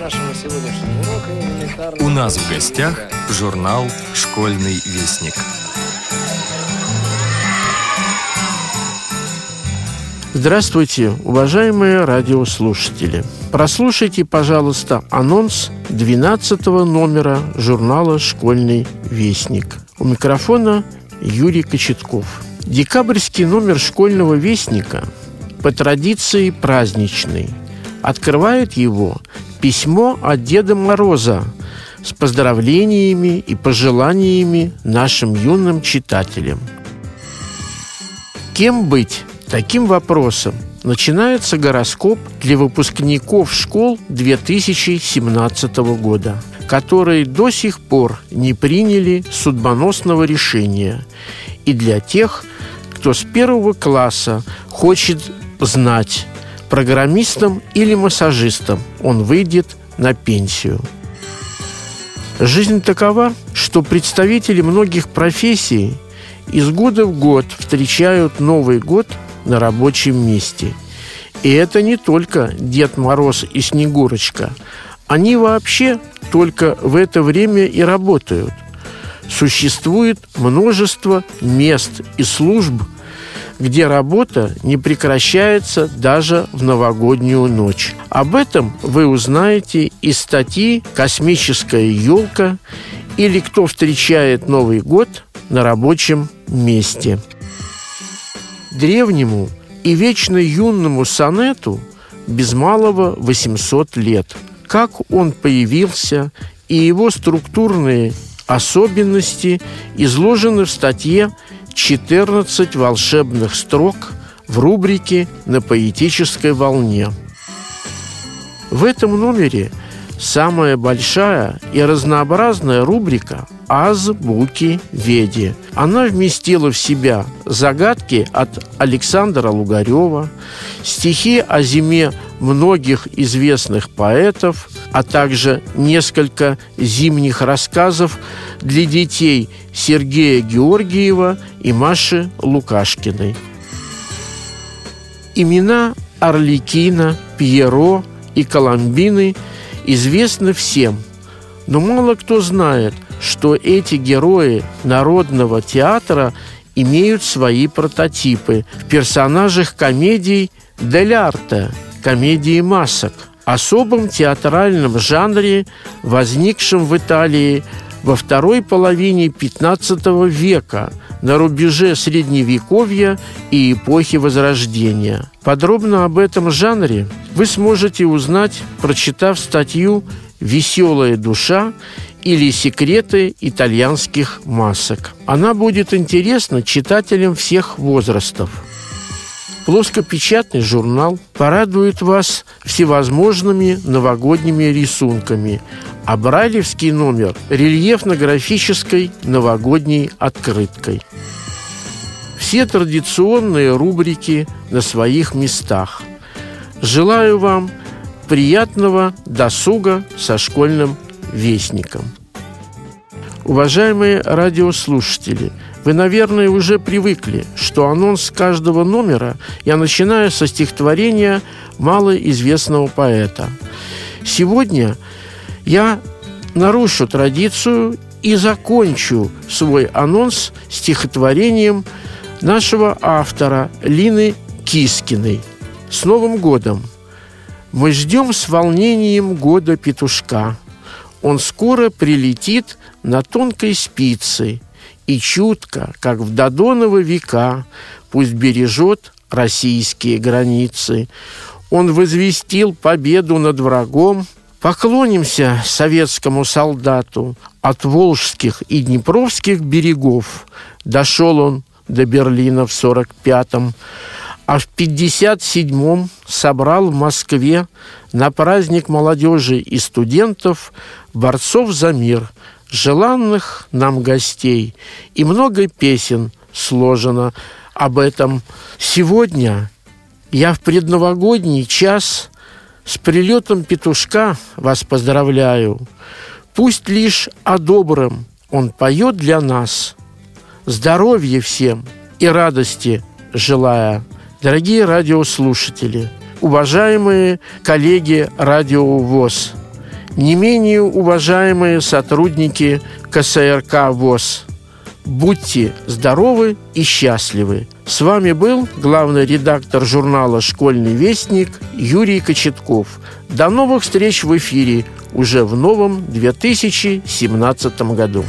нашего сегодняшнего урока элементарно... У нас в гостях журнал «Школьный вестник». Здравствуйте, уважаемые радиослушатели! Прослушайте, пожалуйста, анонс 12-го номера журнала «Школьный вестник». У микрофона Юрий Кочетков. Декабрьский номер «Школьного вестника» по традиции праздничный. Открывает его письмо от Деда Мороза с поздравлениями и пожеланиями нашим юным читателям. Кем быть? Таким вопросом начинается гороскоп для выпускников школ 2017 года, которые до сих пор не приняли судьбоносного решения, и для тех, кто с первого класса хочет знать, программистом или массажистом он выйдет на пенсию. Жизнь такова, что представители многих профессий из года в год встречают Новый год на рабочем месте. И это не только Дед Мороз и Снегурочка. Они вообще только в это время и работают. Существует множество мест и служб, где работа не прекращается даже в новогоднюю ночь. Об этом вы узнаете из статьи «Космическая елка» или «Кто встречает Новый год на рабочем месте». Древнему и вечно юному сонету без малого 800 лет. Как он появился и его структурные особенности изложены в статье «14 волшебных строк» в рубрике «На поэтической волне». В этом номере самая большая и разнообразная рубрика «Азбуки Веди». Она вместила в себя загадки от Александра Лугарева, стихи о зиме многих известных поэтов, а также несколько зимних рассказов для детей Сергея Георгиева и Маши Лукашкиной. Имена Арлекина, Пьеро и Коломбины известны всем, но мало кто знает, что эти герои народного театра имеют свои прототипы в персонажах комедий «Дель арте» – комедии масок, особом театральном жанре, возникшем в Италии во второй половине XV века на рубеже Средневековья и эпохи Возрождения. Подробно об этом жанре вы сможете узнать, прочитав статью «Веселая душа» или «Секреты итальянских масок». Она будет интересна читателям всех возрастов. Плоскопечатный журнал порадует вас всевозможными новогодними рисунками, а брайлевский номер – рельефно-графической новогодней открыткой. Все традиционные рубрики на своих местах. Желаю вам приятного досуга со школьным вестником. Уважаемые радиослушатели, вы, наверное, уже привыкли, что анонс каждого номера я начинаю со стихотворения малоизвестного поэта. Сегодня я нарушу традицию и закончу свой анонс стихотворением нашего автора Лины Кискиной. С Новым годом! Мы ждем с волнением года петушка. Он скоро прилетит на тонкой спице и чутко, как в Додоновы века, пусть бережет российские границы. Он возвестил победу над врагом. Поклонимся советскому солдату. От волжских и днепровских берегов дошел он до Берлина в 45-м, а в 57-м собрал в Москве на праздник молодежи и студентов борцов за мир, желанных нам гостей, и много песен сложено об этом. Сегодня я в предновогодний час с прилетом петушка вас поздравляю. Пусть лишь о добром он поет для нас, здоровья всем и радости желая. Дорогие радиослушатели, уважаемые коллеги Радио ВОС, Не менее уважаемые сотрудники КСРК ВОС, будьте здоровы и счастливы. С вами был главный редактор журнала «Школьный вестник» Юрий Кочетков. До новых встреч в эфире уже в новом 2017 году.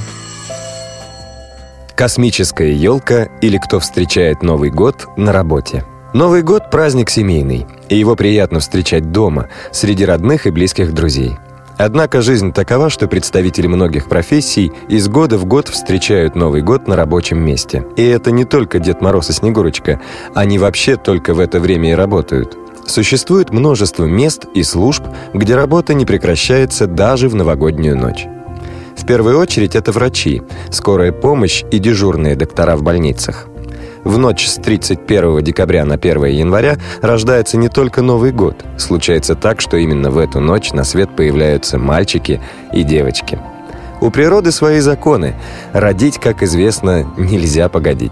Космическая елка или кто встречает Новый год на работе. Новый год – праздник семейный, и его приятно встречать дома, среди родных и близких друзей. Однако жизнь такова, что представители многих профессий из года в год встречают Новый год на рабочем месте. И это не только Дед Мороз и Снегурочка, они вообще только в это время и работают. Существует множество мест и служб, где работа не прекращается даже в новогоднюю ночь. В первую очередь это врачи, скорая помощь и дежурные доктора в больницах. В ночь с 31 декабря на 1 января рождается не только Новый год. Случается так, что именно в эту ночь на свет появляются мальчики и девочки. У природы свои законы. Родить, как известно, нельзя погодить.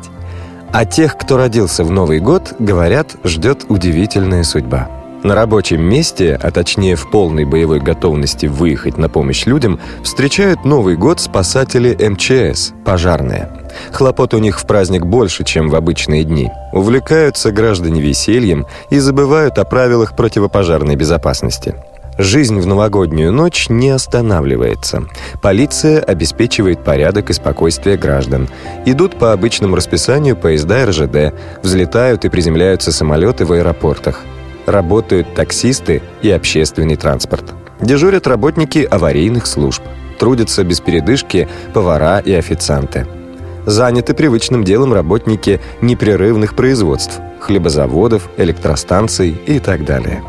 А тех, кто родился в Новый год, говорят, ждет удивительная судьба. На рабочем месте, а точнее в полной боевой готовности выехать на помощь людям, встречают Новый год спасатели МЧС, пожарные. Хлопот у них в праздник больше, чем в обычные дни. Увлекаются граждане весельем и забывают о правилах противопожарной безопасности. Жизнь в новогоднюю ночь не останавливается. Полиция обеспечивает порядок и спокойствие граждан. Идут по обычному расписанию поезда РЖД, взлетают и приземляются самолеты в аэропортах. Работают таксисты и общественный транспорт. Дежурят работники аварийных служб. Трудятся без передышки повара и официанты. Заняты привычным делом работники непрерывных производств, хлебозаводов, электростанций и так далее.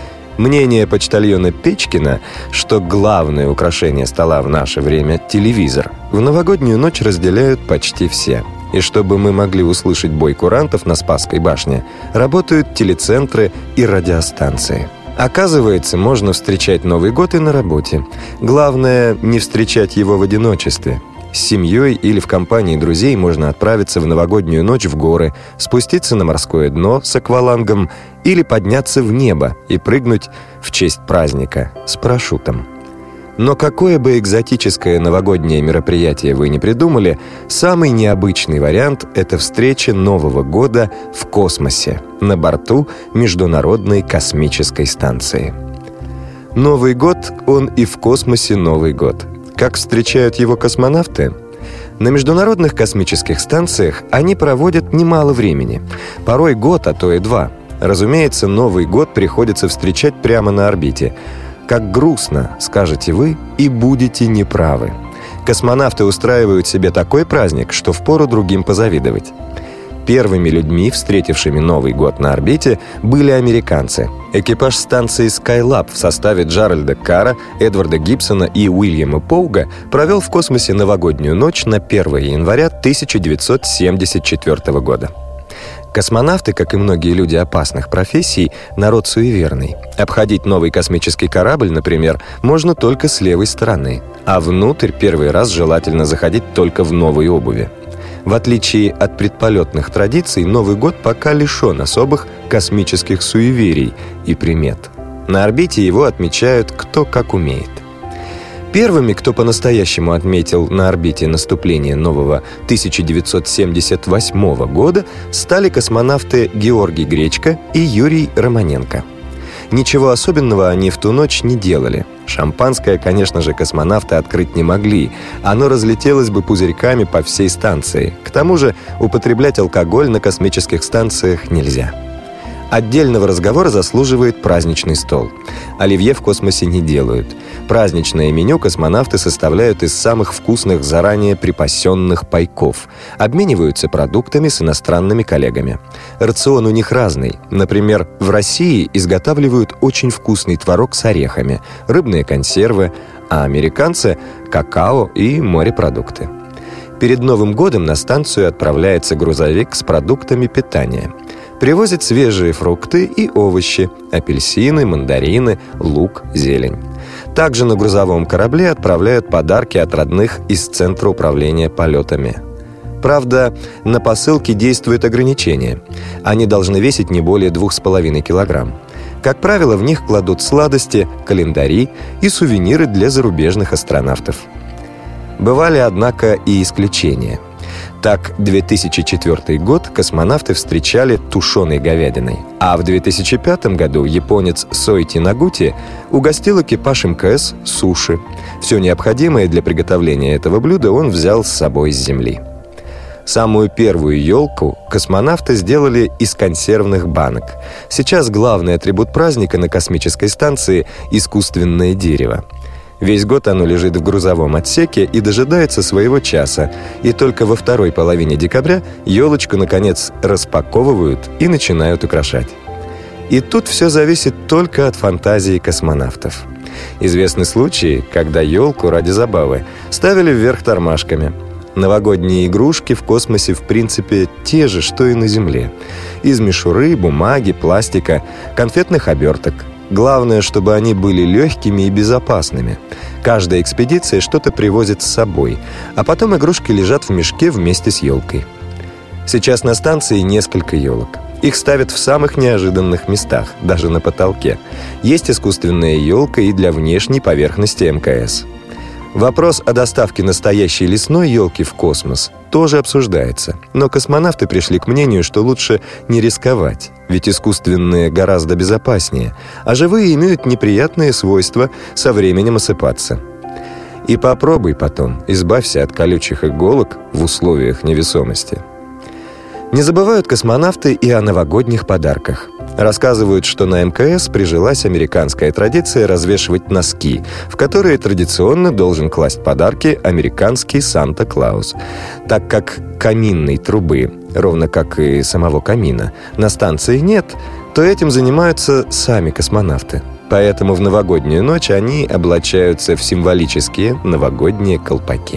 Мнение почтальона Печкина, что главное украшение стола в наше время – телевизор, в новогоднюю ночь разделяют почти все. И чтобы мы могли услышать бой курантов на Спасской башне, работают телецентры и радиостанции. Оказывается, можно встречать Новый год и на работе. Главное, не встречать его в одиночестве. С семьей или в компании друзей можно отправиться в новогоднюю ночь в горы, спуститься на морское дно с аквалангом или подняться в небо и прыгнуть в честь праздника с парашютом. Но какое бы экзотическое новогоднее мероприятие вы ни придумали, самый необычный вариант – это встреча Нового года в космосе на борту Международной космической станции. Новый год, он и в космосе Новый год. Как встречают его космонавты? На международных космических станциях они проводят немало времени, порой год, а то и два. Разумеется, Новый год приходится встречать прямо на орбите. Как грустно, скажете вы, и будете неправы. Космонавты устраивают себе такой праздник, что впору другим позавидовать. Первыми людьми, встретившими Новый год на орбите, были американцы. Экипаж станции Skylab в составе Джеральда Карра, Эдварда Гибсона и Уильяма Поуга провел в космосе новогоднюю ночь на 1 января 1974 года. Космонавты, как и многие люди опасных профессий, народ суеверный. Обходить новый космический корабль, например, можно только с левой стороны, а внутрь первый раз желательно заходить только в новой обуви. В отличие от предполетных традиций, Новый год пока лишен особых космических суеверий и примет. На орбите его отмечают кто как умеет. Первыми, кто по-настоящему отметил на орбите наступление нового 1978 года, стали космонавты Георгий Гречко и Юрий Романенко. Ничего особенного они в ту ночь не делали. Шампанское, конечно же, космонавты открыть не могли. Оно разлетелось бы пузырьками по всей станции. К тому же употреблять алкоголь на космических станциях нельзя. Отдельного разговора заслуживает праздничный стол. Оливье в космосе не делают. Праздничное меню космонавты составляют из самых вкусных заранее припасенных пайков. Обмениваются продуктами с иностранными коллегами. Рацион у них разный. Например, в России изготавливают очень вкусный творог с орехами, рыбные консервы, а американцы – какао и морепродукты. Перед Новым годом на станцию отправляется грузовик с продуктами питания. Привозят свежие фрукты и овощи, апельсины, мандарины, лук, зелень. Также на грузовом корабле отправляют подарки от родных из Центра управления полетами. Правда, на посылке действует ограничение. Они должны весить не более 2,5 килограмм. Как правило, в них кладут сладости, календари и сувениры для зарубежных астронавтов. Бывали, однако, и исключения. Так, 2004 год космонавты встречали тушеной говядиной, а в 2005 году японец Сойти Нагути угостил экипаж МКС суши. Все необходимое для приготовления этого блюда он взял с собой с Земли. Самую первую елку космонавты сделали из консервных банок. Сейчас главный атрибут праздника на космической станции – искусственное дерево. Весь год оно лежит в грузовом отсеке и дожидается своего часа. И только во второй половине декабря елочку, наконец, распаковывают и начинают украшать. И тут все зависит только от фантазии космонавтов. Известны случаи, когда елку ради забавы ставили вверх тормашками. Новогодние игрушки в космосе, в принципе, те же, что и на Земле. Из мишуры, бумаги, пластика, конфетных оберток. Главное, чтобы они были легкими и безопасными. Каждая экспедиция что-то привозит с собой, а потом игрушки лежат в мешке вместе с елкой. Сейчас на станции несколько елок. Их ставят в самых неожиданных местах, даже на потолке. Есть искусственная елка и для внешней поверхности МКС. Вопрос о доставке настоящей лесной елки в космос тоже обсуждается, но космонавты пришли к мнению, что лучше не рисковать, ведь искусственные гораздо безопаснее, а живые имеют неприятные свойства со временем осыпаться. И попробуй потом, избавься от колючих иголок в условиях невесомости. Не забывают космонавты и о новогодних подарках. Рассказывают, что на МКС прижилась американская традиция развешивать носки, в которые традиционно должен класть подарки американский Санта-Клаус. Так как каминной трубы, ровно как и самого камина, на станции нет, то этим занимаются сами космонавты. Поэтому в новогоднюю ночь они облачаются в символические новогодние колпаки.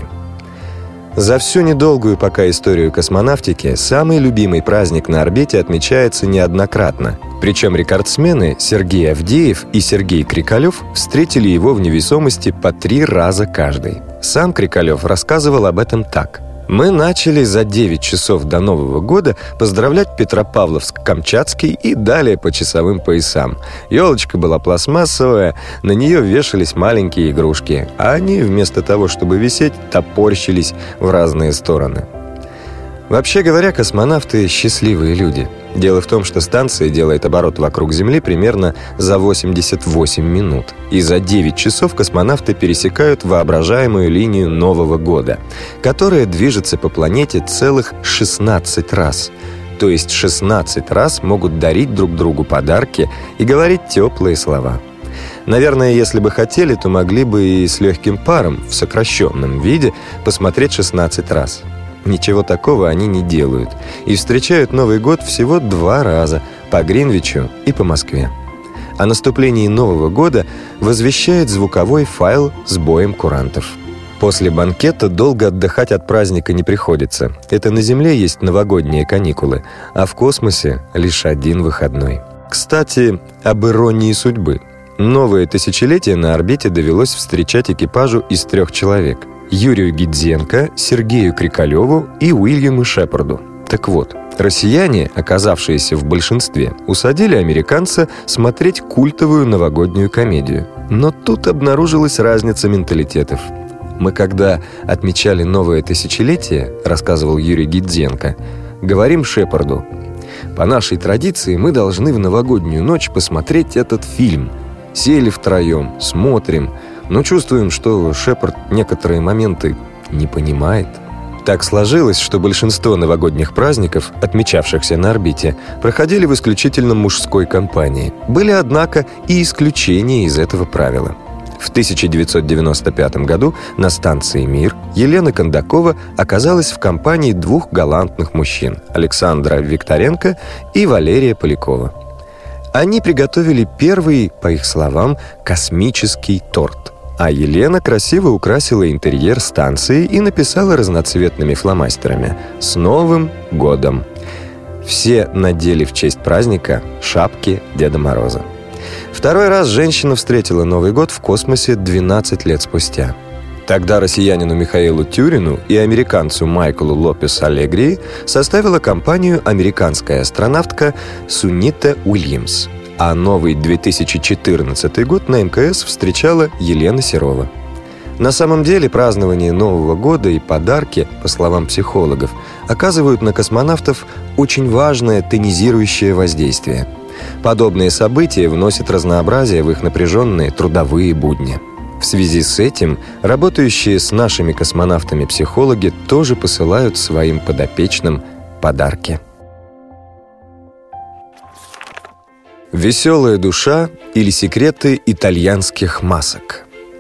За всю недолгую пока историю космонавтики самый любимый праздник на орбите отмечается неоднократно. Причем рекордсмены Сергей Авдеев и Сергей Крикалев встретили его в невесомости по 3 раза каждый. Сам Крикалев рассказывал об этом так. «Мы начали за 9 часов до Нового года поздравлять Петропавловск-Камчатский и далее по часовым поясам. Елочка была пластмассовая, на нее вешались маленькие игрушки, а они вместо того, чтобы висеть, топорщились в разные стороны». Вообще говоря, космонавты – счастливые люди. Дело в том, что станция делает оборот вокруг Земли примерно за 88 минут. И за 9 часов космонавты пересекают воображаемую линию Нового года, которая движется по планете целых 16 раз. То есть 16 раз могут дарить друг другу подарки и говорить теплые слова. Наверное, если бы хотели, то могли бы и с легким паром, в сокращенном виде, посмотреть 16 раз. Ничего такого они не делают и встречают Новый год всего 2 раза по Гринвичу и по Москве. О наступлении Нового года возвещает звуковой файл с боем курантов. После банкета долго отдыхать от праздника не приходится. Это на Земле есть новогодние каникулы, а в космосе лишь один выходной. Кстати, об иронии судьбы. Новое тысячелетие на орбите довелось встречать экипажу из 3 человек – Юрию Гидзенко, Сергею Крикалеву и Уильяму Шепарду. Так вот, россияне, оказавшиеся в большинстве, усадили американца смотреть культовую новогоднюю комедию. Но тут обнаружилась разница менталитетов. «Мы, когда отмечали новое тысячелетие, — рассказывал Юрий Гидзенко, — говорим Шепарду: по нашей традиции мы должны в новогоднюю ночь посмотреть этот фильм. Сели втроем, смотрим, но чувствуем, что Шепард некоторые моменты не понимает». Так сложилось, что большинство новогодних праздников, отмечавшихся на орбите, проходили в исключительно мужской компании. Были, однако, и исключения из этого правила. В 1995 году на станции «Мир» Елена Кондакова оказалась в компании 2 галантных мужчин – Александра Викторенко и Валерия Полякова. Они приготовили первый, по их словам, космический торт. А Елена красиво украсила интерьер станции и написала разноцветными фломастерами «С Новым годом!». Все надели в честь праздника шапки Деда Мороза. Второй раз женщина встретила Новый год в космосе 12 лет спустя. Тогда россиянину Михаилу Тюрину и американцу Майклу Лопес-Алегрии составила компанию американская астронавтка Сунита Уильямс. а новый 2014 год на МКС встречала Елена Серова. На самом деле празднование Нового года и подарки, по словам психологов, оказывают на космонавтов очень важное тонизирующее воздействие. Подобные события вносят разнообразие в их напряженные трудовые будни. В связи с этим работающие с нашими космонавтами психологи тоже посылают своим подопечным подарки. Веселая душа или секреты итальянских масок.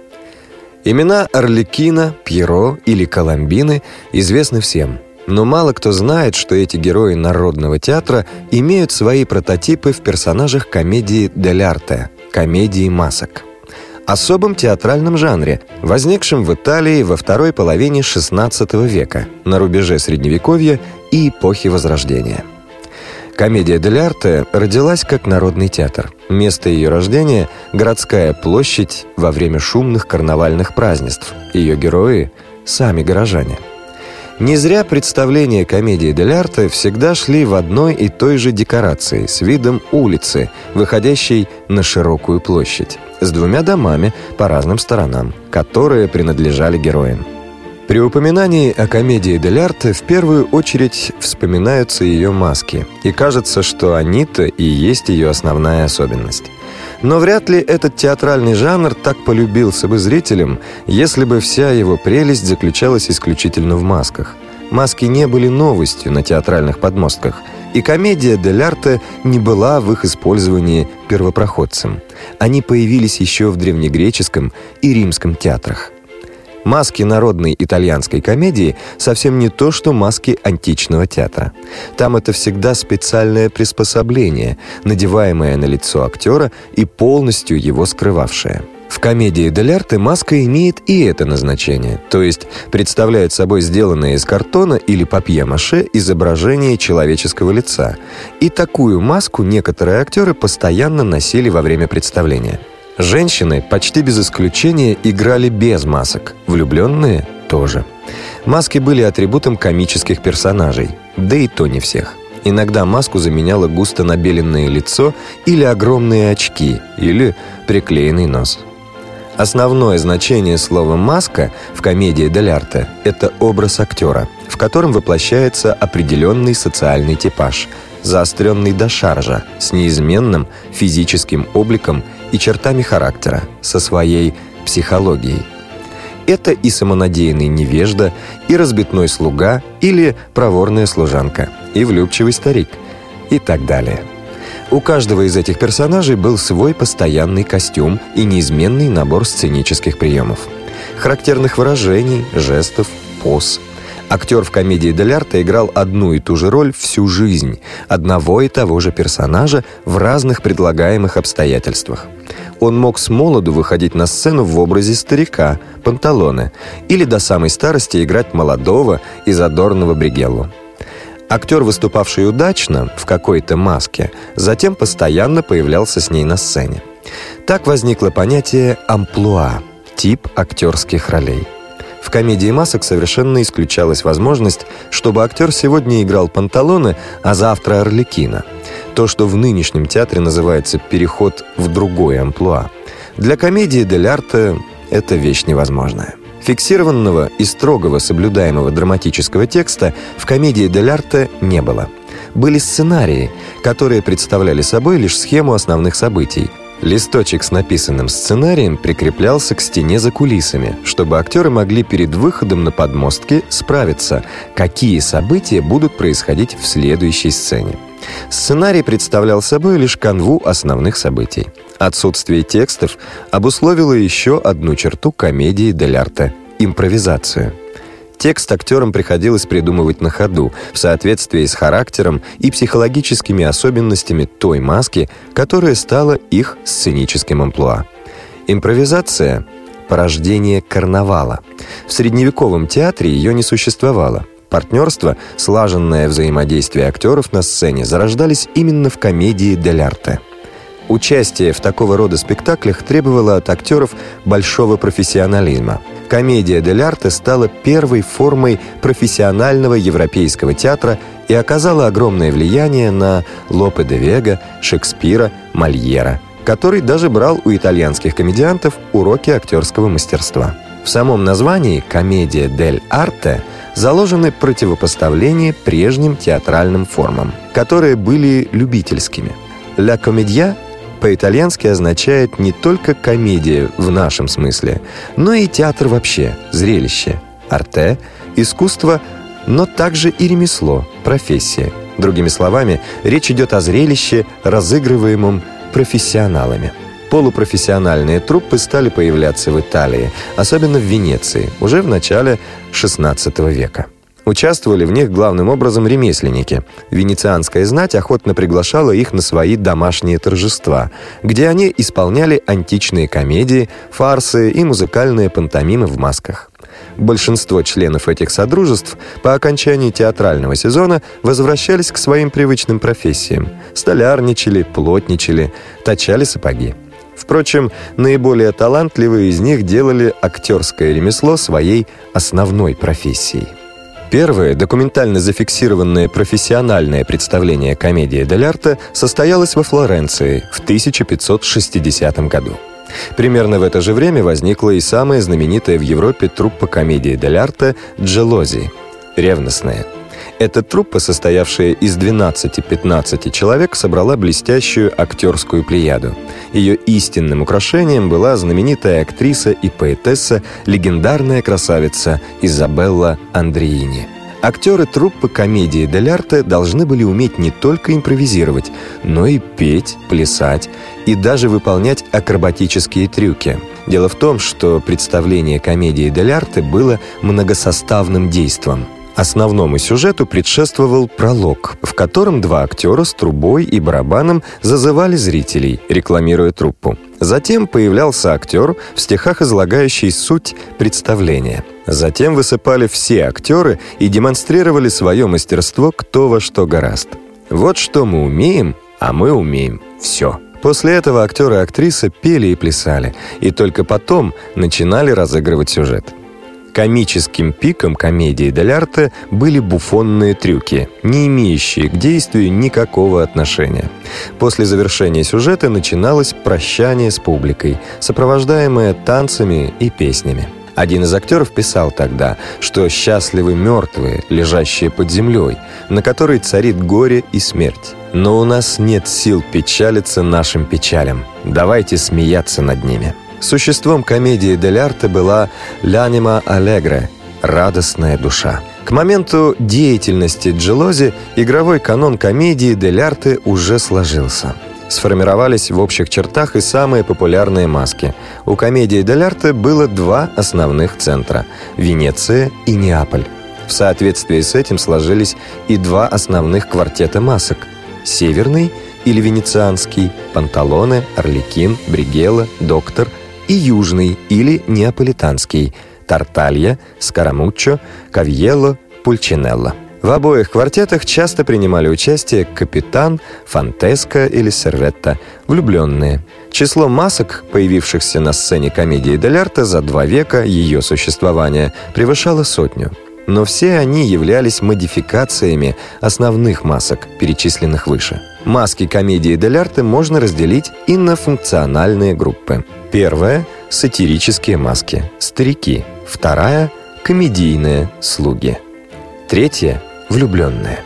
Имена Арлекино, Пьеро или Коломбины известны всем, но мало кто знает, что эти герои народного театра имеют свои прототипы в персонажах комедии дель арте – комедии масок. Особом театральном жанре, возникшем в Италии во второй половине XVI века, на рубеже Средневековья и эпохи Возрождения. Комедия дель арте родилась как народный театр. Место ее рождения – городская площадь во время шумных карнавальных празднеств. Ее герои – сами горожане. Не зря представления комедии дель арте всегда шли в одной и той же декорации с видом улицы, выходящей на широкую площадь, с двумя домами по разным сторонам, которые принадлежали героям. При упоминании о комедии дель арте в первую очередь вспоминаются ее маски, и кажется, что они-то и есть ее основная особенность. Но вряд ли этот театральный жанр так полюбился бы зрителям, если бы вся его прелесть заключалась исключительно в масках. Маски не были новостью на театральных подмостках, и комедия дель арте не была в их использовании первопроходцем. Они появились еще в древнегреческом и римском театрах. Маски народной итальянской комедии совсем не то, что маски античного театра. Там это всегда специальное приспособление, надеваемое на лицо актера и полностью его скрывавшее. В комедии дель арте маска имеет и это назначение, то есть представляет собой сделанное из картона или папье-маше изображение человеческого лица. И такую маску некоторые актеры постоянно носили во время представления. Женщины почти без исключения играли без масок, влюбленные тоже. Маски были атрибутом комических персонажей, да и то не всех. Иногда маску заменяло густо набеленное лицо или огромные очки, или приклеенный нос. Основное значение слова «маска» в комедии дель арте – это образ актера, в котором воплощается определенный социальный типаж, заостренный до шаржа, с неизменным физическим обликом и чертами характера, со своей психологией. Это и самонадеянный невежда, и разбитной слуга, или проворная служанка, и влюбчивый старик, и так далее. У каждого из этих персонажей был свой постоянный костюм и неизменный набор сценических приемов, характерных выражений, жестов, поз. Актер в комедии дель арте играл одну и ту же роль всю жизнь, одного и того же персонажа в разных предлагаемых обстоятельствах. Он мог с молоду выходить на сцену в образе старика, Панталоне, или до самой старости играть молодого и задорного Бригеллу. Актер, выступавший удачно в какой-то маске, затем постоянно появлялся с ней на сцене. Так возникло понятие амплуа – тип актерских ролей. В комедии масок совершенно исключалась возможность, чтобы актер сегодня играл Панталоне, а завтра Арлекино. То, что в нынешнем театре называется переход в другое амплуа. Для комедии дель арте это вещь невозможная. Фиксированного и строгого соблюдаемого драматического текста в комедии дель арте не было. Были сценарии, которые представляли собой лишь схему основных событий. Листочек с написанным сценарием прикреплялся к стене за кулисами, чтобы актеры могли перед выходом на подмостки справиться, какие события будут происходить в следующей сцене. Сценарий представлял собой лишь канву основных событий. Отсутствие текстов обусловило еще одну черту комедии дель арте – импровизацию. Текст актерам приходилось придумывать на ходу, в соответствии с характером и психологическими особенностями той маски, которая стала их сценическим амплуа. Импровизация – порождение карнавала. В средневековом театре ее не существовало. Партнерство, слаженное взаимодействие актеров на сцене зарождались именно в комедии дель арте. Участие в такого рода спектаклях требовало от актеров большого профессионализма. Комедия дель арте стала первой формой профессионального европейского театра и оказала огромное влияние на Лопе де Вега, Шекспира, Мольера, который даже брал у итальянских комедиантов уроки актерского мастерства. В самом названии «Комедия дель арте» заложены противопоставления прежним театральным формам, которые были любительскими. «Ля комедия» по-итальянски означает не только комедия в нашем смысле, но и театр вообще, зрелище. Арте – искусство, но также и ремесло, профессия. Другими словами, речь идет о зрелище, разыгрываемом профессионалами. Полупрофессиональные труппы стали появляться в Италии, особенно в Венеции, уже в начале XVI века. Участвовали в них главным образом ремесленники. Венецианская знать охотно приглашала их на свои домашние торжества, где они исполняли античные комедии, фарсы и музыкальные пантомимы в масках. Большинство членов этих содружеств по окончании театрального сезона возвращались к своим привычным профессиям. Столярничали, плотничали, точали сапоги. Впрочем, наиболее талантливые из них делали актерское ремесло своей основной профессией. Первое документально зафиксированное профессиональное представление комедии дель арте состоялось во Флоренции в 1560 году. Примерно в это же время возникла и самая знаменитая в Европе труппа комедии дель арте «Джелози» — «Ревностная». Эта труппа, состоявшая из 12-15 человек, собрала блестящую актерскую плеяду. Ее истинным украшением была знаменитая актриса и поэтесса, легендарная красавица Изабелла Андреини. Актеры труппы комедии дель арте должны были уметь не только импровизировать, но и петь, плясать и даже выполнять акробатические трюки. Дело в том, что представление комедии дель арте было многосоставным действом. Основному сюжету предшествовал пролог, в котором два актера с трубой и барабаном зазывали зрителей, рекламируя труппу. Затем появлялся актер, в стихах излагающий суть представления. Затем высыпали все актеры и демонстрировали свое мастерство кто во что горазд. Вот что мы умеем, а мы умеем все. После этого актеры и актрисы пели и плясали, и только потом начинали разыгрывать сюжет. Комическим пиком комедии дель арте были буфонные трюки, не имеющие к действию никакого отношения. После завершения сюжета начиналось прощание с публикой, сопровождаемое танцами и песнями. Один из актеров писал тогда, что счастливы мертвые, лежащие под землей, на которой царит горе и смерть. Но у нас нет сил печалиться нашим печалям. Давайте смеяться над ними. Существом комедии дель арте была «l'anima allegre» — «радостная душа». К моменту деятельности Джелози игровой канон комедии дель арте уже сложился. Сформировались в общих чертах и самые популярные маски. У комедии дель арте было два основных центра – Венеция и Неаполь. В соответствии с этим сложились и два основных квартета масок – Северный или Венецианский, Панталоне, Арлекин, Бригелла, Доктор – и Южный или Неаполитанский – Тарталья, Скарамуччо, Кавьелло, Пульчинелло. В обоих квартетах часто принимали участие Капитан, Фантеска или Серветта, влюбленные. Число масок, появившихся на сцене комедии дель арте за 2 века ее существования, превышало 100. Но все они являлись модификациями основных масок, перечисленных выше. Маски комедии дель арте можно разделить и на функциональные группы. Первая – сатирические маски, старики. Вторая – комедийные, слуги. Третья – влюбленные.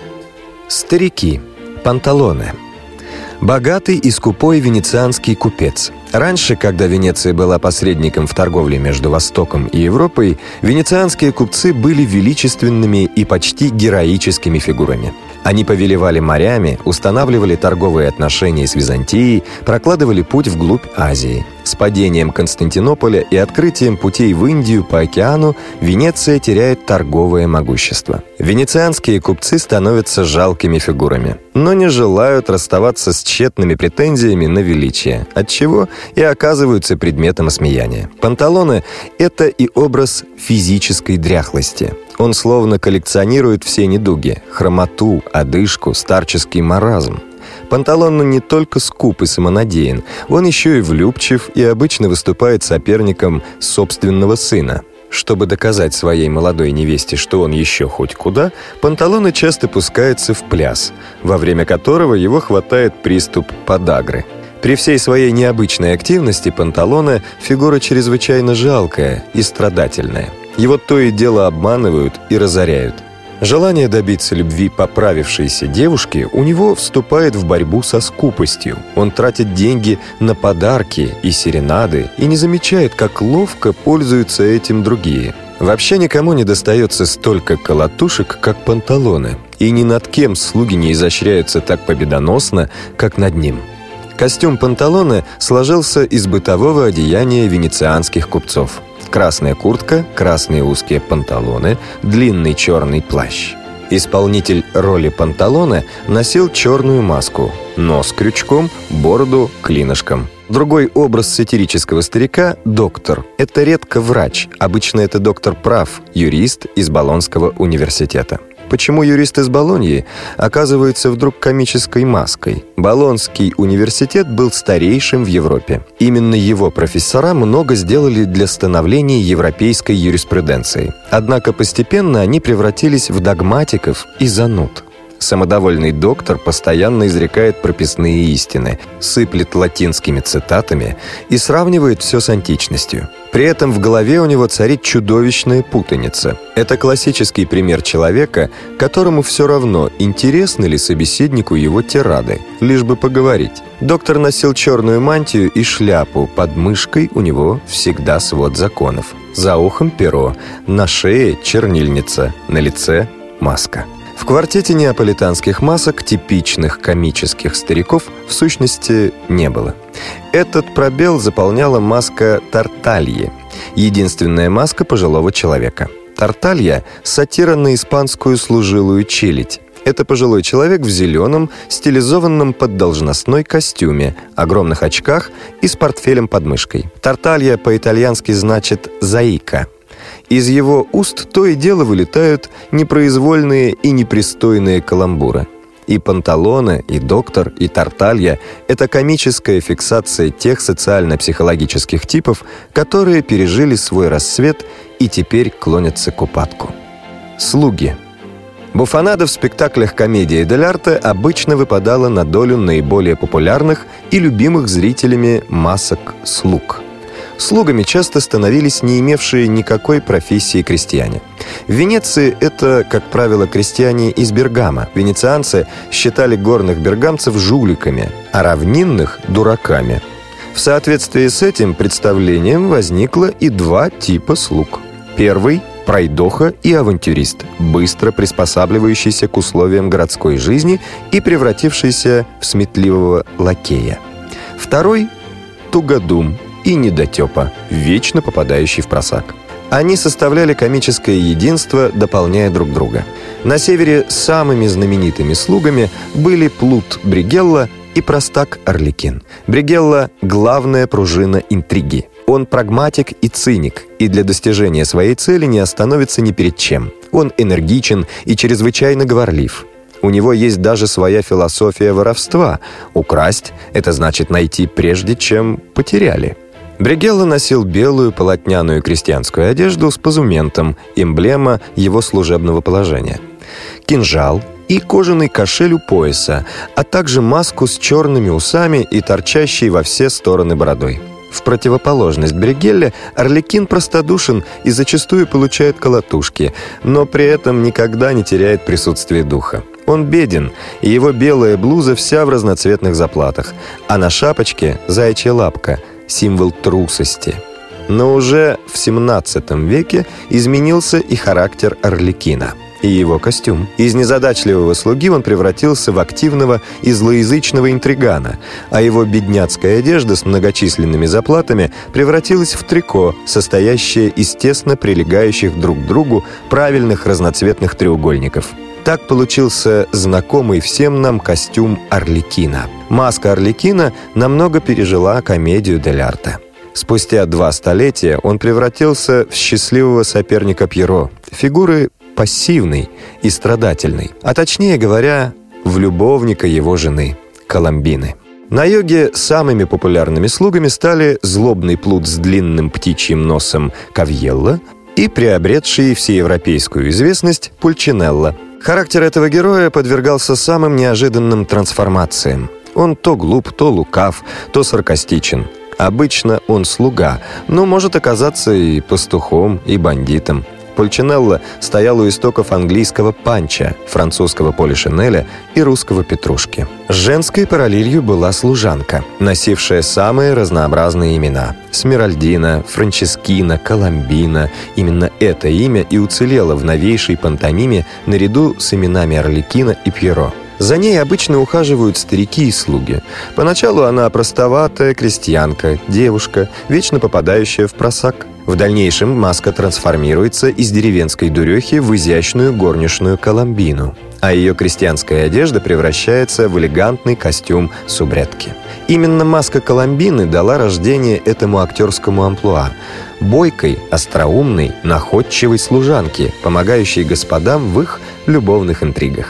Старики, Панталоне. Богатый и скупой венецианский купец. Раньше, когда Венеция была посредником в торговле между Востоком и Европой, венецианские купцы были величественными и почти героическими фигурами. Они повелевали морями, устанавливали торговые отношения с Византией, прокладывали путь вглубь Азии. С падением Константинополя и открытием путей в Индию по океану Венеция теряет торговое могущество. Венецианские купцы становятся жалкими фигурами, но не желают расставаться с тщетными претензиями на величие, отчего и оказываются предметом осмеяния. Панталоне – это и образ физической дряхлости. Он словно коллекционирует все недуги – хромоту, одышку, старческий маразм. Панталоне не только скуп и самонадеян, он еще и влюбчив и обычно выступает соперником собственного сына. Чтобы доказать своей молодой невесте, что он еще хоть куда, Панталоне часто пускается в пляс, во время которого его хватает приступ подагры. При всей своей необычной активности Панталоне – фигура чрезвычайно жалкая и страдательная. Его то и дело обманывают и разоряют. Желание добиться любви поправившейся девушки у него вступает в борьбу со скупостью. Он тратит деньги на подарки и серенады и не замечает, как ловко пользуются этим другие. Вообще никому не достается столько колотушек, как Панталоне, и ни над кем слуги не изощряются так победоносно, как над ним. Костюм Панталоне сложился из бытового одеяния венецианских купцов. Красная куртка, красные узкие панталоны, длинный черный плащ. Исполнитель роли Панталоне носил черную маску, нос крючком, бороду клинышком. Другой образ сатирического старика – доктор. Это редко врач, обычно это доктор прав, юрист из Болонского университета. Почему юрист из Болоньи оказывается вдруг комической маской? Болонский университет был старейшим в Европе. Именно его профессора много сделали для становления европейской юриспруденции. Однако постепенно они превратились в догматиков и зануд. Самодовольный доктор постоянно изрекает прописные истины, сыплет латинскими цитатами и сравнивает все с античностью. При этом в голове у него царит чудовищная путаница. Это классический пример человека, которому все равно, интересны ли собеседнику его тирады, лишь бы поговорить. Доктор носил черную мантию и шляпу, под мышкой у него всегда свод законов. За ухом перо, на шее чернильница, на лице маска. В квартете неаполитанских масок типичных комических стариков в сущности не было. Этот пробел заполняла маска Тартальи, единственная маска пожилого человека. Тарталья – сатира на испанскую служилую челядь. Это пожилой человек в зеленом, стилизованном под должностной костюме, огромных очках и с портфелем под мышкой. Тарталья по-итальянски значит «заика». Из его уст то и дело вылетают непроизвольные и непристойные каламбуры. И Панталоне, и доктор, и Тарталья – это комическая фиксация тех социально-психологических типов, которые пережили свой рассвет и теперь клонятся к упадку. Слуги. Буфонада в спектаклях комедии дель-арте обычно выпадала на долю наиболее популярных и любимых зрителями масок слуг. Слугами часто становились не имевшие никакой профессии крестьяне. В Венеции это, как правило, крестьяне из Бергама. Венецианцы считали горных бергамцев жуликами, а равнинных – дураками. В соответствии с этим представлением возникло и два типа слуг. Первый – пройдоха и авантюрист, быстро приспосабливающийся к условиям городской жизни и превратившийся в сметливого лакея. Второй – тугодум и недотепа, вечно попадающий в просак. Они составляли комическое единство, дополняя друг друга. На севере самыми знаменитыми слугами были плут Бригелла и простак Арлекин. Бригелла – главная пружина интриги. Он прагматик и циник, и для достижения своей цели не остановится ни перед чем. Он энергичен и чрезвычайно говорлив. У него есть даже своя философия воровства. Украсть – это значит найти прежде, чем потеряли. Бригелла носил белую полотняную крестьянскую одежду с позументом, эмблема его служебного положения, кинжал и кожаный кошель у пояса, а также маску с черными усами и торчащей во все стороны бородой. В противоположность Бригелле, Арлекин простодушен и зачастую получает колотушки, но при этом никогда не теряет присутствие духа. Он беден, и его белая блуза вся в разноцветных заплатах, а на шапочке заячья лапка – символ трусости. Но уже в XVII веке изменился и характер Арлекина, и его костюм. Из незадачливого слуги он превратился в активного и злоязычного интригана, а его бедняцкая одежда с многочисленными заплатами превратилась в трико, состоящее из тесно прилегающих друг к другу правильных разноцветных треугольников. Так получился знакомый всем нам костюм Арлекина. Маска Арлекина намного пережила комедию дель-арте. Спустя 2 столетия он превратился в счастливого соперника Пьеро, фигуры пассивной и страдательной, а точнее говоря, в любовника его жены, Коломбины. На юге самыми популярными слугами стали злобный плут с длинным птичьим носом Кавьелло и приобретший всеевропейскую известность Пульчинелло. Характер этого героя подвергался самым неожиданным трансформациям. Он то глуп, то лукав, то саркастичен. Обычно он слуга, но может оказаться и пастухом, и бандитом. Пульчинелло стоял у истоков английского панча, французского полишинеля и русского петрушки. Женской параллелью была служанка, носившая самые разнообразные имена: Смиральдина, Франческина, Коломбина. Именно это имя и уцелело в новейшей пантомиме наряду с именами Арлекино и Пьеро. За ней обычно ухаживают старики и слуги. Поначалу она простоватая крестьянка, девушка, вечно попадающая в просак. В дальнейшем маска трансформируется из деревенской дурехи в изящную горничную Коломбину, а ее крестьянская одежда превращается в элегантный костюм субретки. Именно маска Коломбины дала рождение этому актерскому амплуа – бойкой, остроумной, находчивой служанки, помогающей господам в их любовных интригах.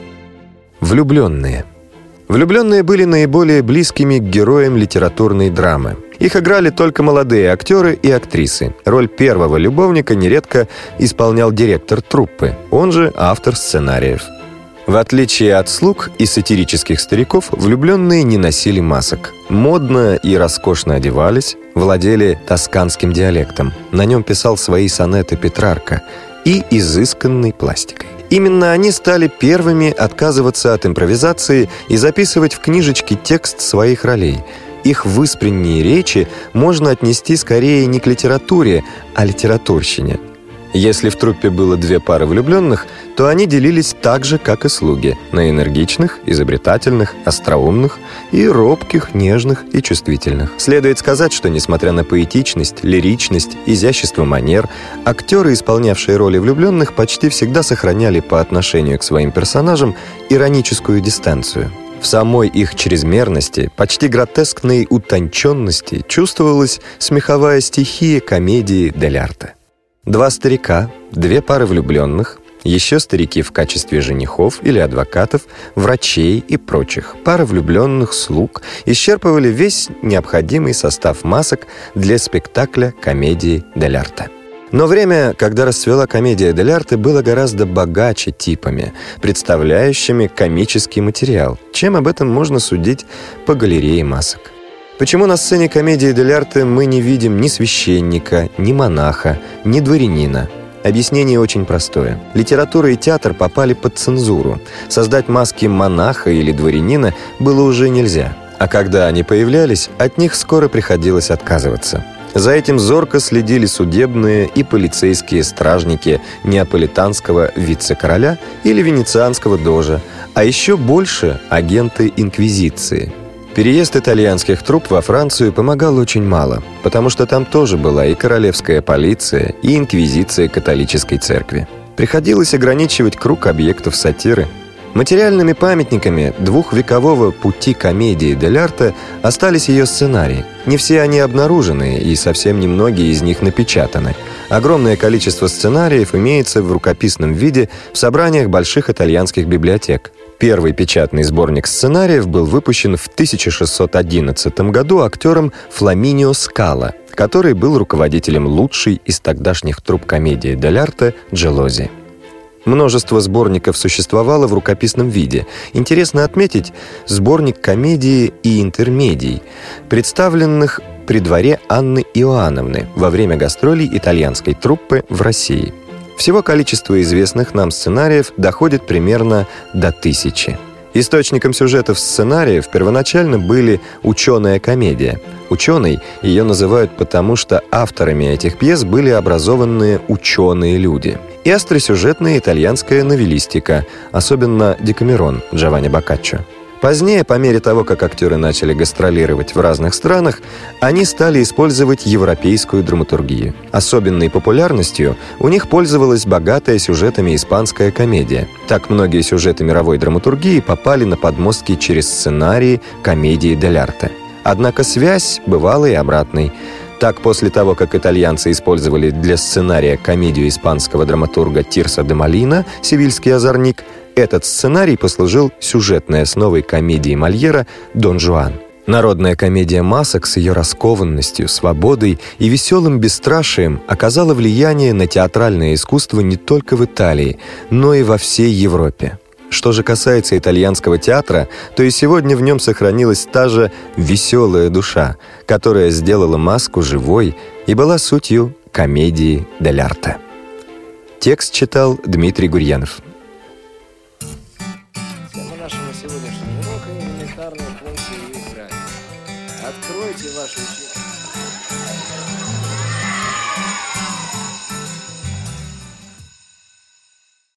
Влюбленные. Влюбленные были наиболее близкими к героям литературной драмы. Их играли только молодые актеры и актрисы. Роль первого любовника нередко исполнял директор труппы, он же автор сценариев. В отличие от слуг и сатирических стариков, влюбленные не носили масок. Модно и роскошно одевались, владели тосканским диалектом. На нем писал свои сонеты Петрарка и изысканной пластикой. Именно они стали первыми отказываться от импровизации и записывать в книжечки текст своих ролей. Их выспренние речи можно отнести скорее не к литературе, а литературщине. Если в труппе было две пары влюбленных, то они делились так же, как и слуги, на энергичных, изобретательных, остроумных и робких, нежных и чувствительных. Следует сказать, что, несмотря на поэтичность, лиричность, изящество манер, актеры, исполнявшие роли влюбленных, почти всегда сохраняли по отношению к своим персонажам ироническую дистанцию. В самой их чрезмерности, почти гротескной утонченности чувствовалась смеховая стихия комедии дель арте. Два старика, две пары влюбленных, еще старики в качестве женихов или адвокатов, врачей и прочих, пары влюбленных, слуг исчерпывали весь необходимый состав масок для спектакля комедии дель арте. Но время, когда расцвела комедия дель арте, было гораздо богаче типами, представляющими комический материал, чем об этом можно судить по галерее масок. Почему на сцене комедии дель арте мы не видим ни священника, ни монаха, ни дворянина? Объяснение очень простое. Литература и театр попали под цензуру. Создать маски монаха или дворянина было уже нельзя. А когда они появлялись, от них скоро приходилось отказываться. За этим зорко следили судебные и полицейские стражники неаполитанского вице-короля или венецианского дожа, а еще больше агенты инквизиции. Переезд итальянских труп во Францию помогал очень мало, потому что там тоже была и королевская полиция, и инквизиция католической церкви. Приходилось ограничивать круг объектов сатиры. Материальными памятниками двухвекового пути комедии дель арте остались ее сценарии. Не все они обнаружены, и совсем немногие из них напечатаны. Огромное количество сценариев имеется в рукописном виде в собраниях больших итальянских библиотек. Первый печатный сборник сценариев был выпущен в 1611 году актером Фламинио Скала, который был руководителем лучшей из тогдашних труп комедии дель арте Джелози. Множество сборников существовало в рукописном виде. Интересно отметить сборник комедии и интермедий, представленных при дворе Анны Иоанновны во время гастролей итальянской труппы в России. Всего количество известных нам сценариев доходит примерно до 1000. Источником сюжетов сценариев первоначально были ученая комедия. Ученой ее называют потому, что авторами этих пьес были образованные ученые люди. И остросюжетная итальянская новеллистика, особенно Декамерон Джованни Боккаччо. Позднее, по мере того, как актеры начали гастролировать в разных странах, они стали использовать европейскую драматургию. Особенной популярностью у них пользовалась богатая сюжетами испанская комедия. Так многие сюжеты мировой драматургии попали на подмостки через сценарии комедии дель арте. Однако связь бывала и обратной. Так, после того, как итальянцы использовали для сценария комедию испанского драматурга Тирсо де Молина «Севильский озорник», этот сценарий послужил сюжетной основой комедии Мольера «Дон Жуан». Народная комедия масок с ее раскованностью, свободой и веселым бесстрашием оказала влияние на театральное искусство не только в Италии, но и во всей Европе. Что же касается итальянского театра, то и сегодня в нем сохранилась та же веселая душа, которая сделала маску живой и была сутью комедии дель-арте. Текст читал Дмитрий Гурьянов. Тема нашего сегодняшнего урока — элементарные функции и их грани. Откройте ваши учебники.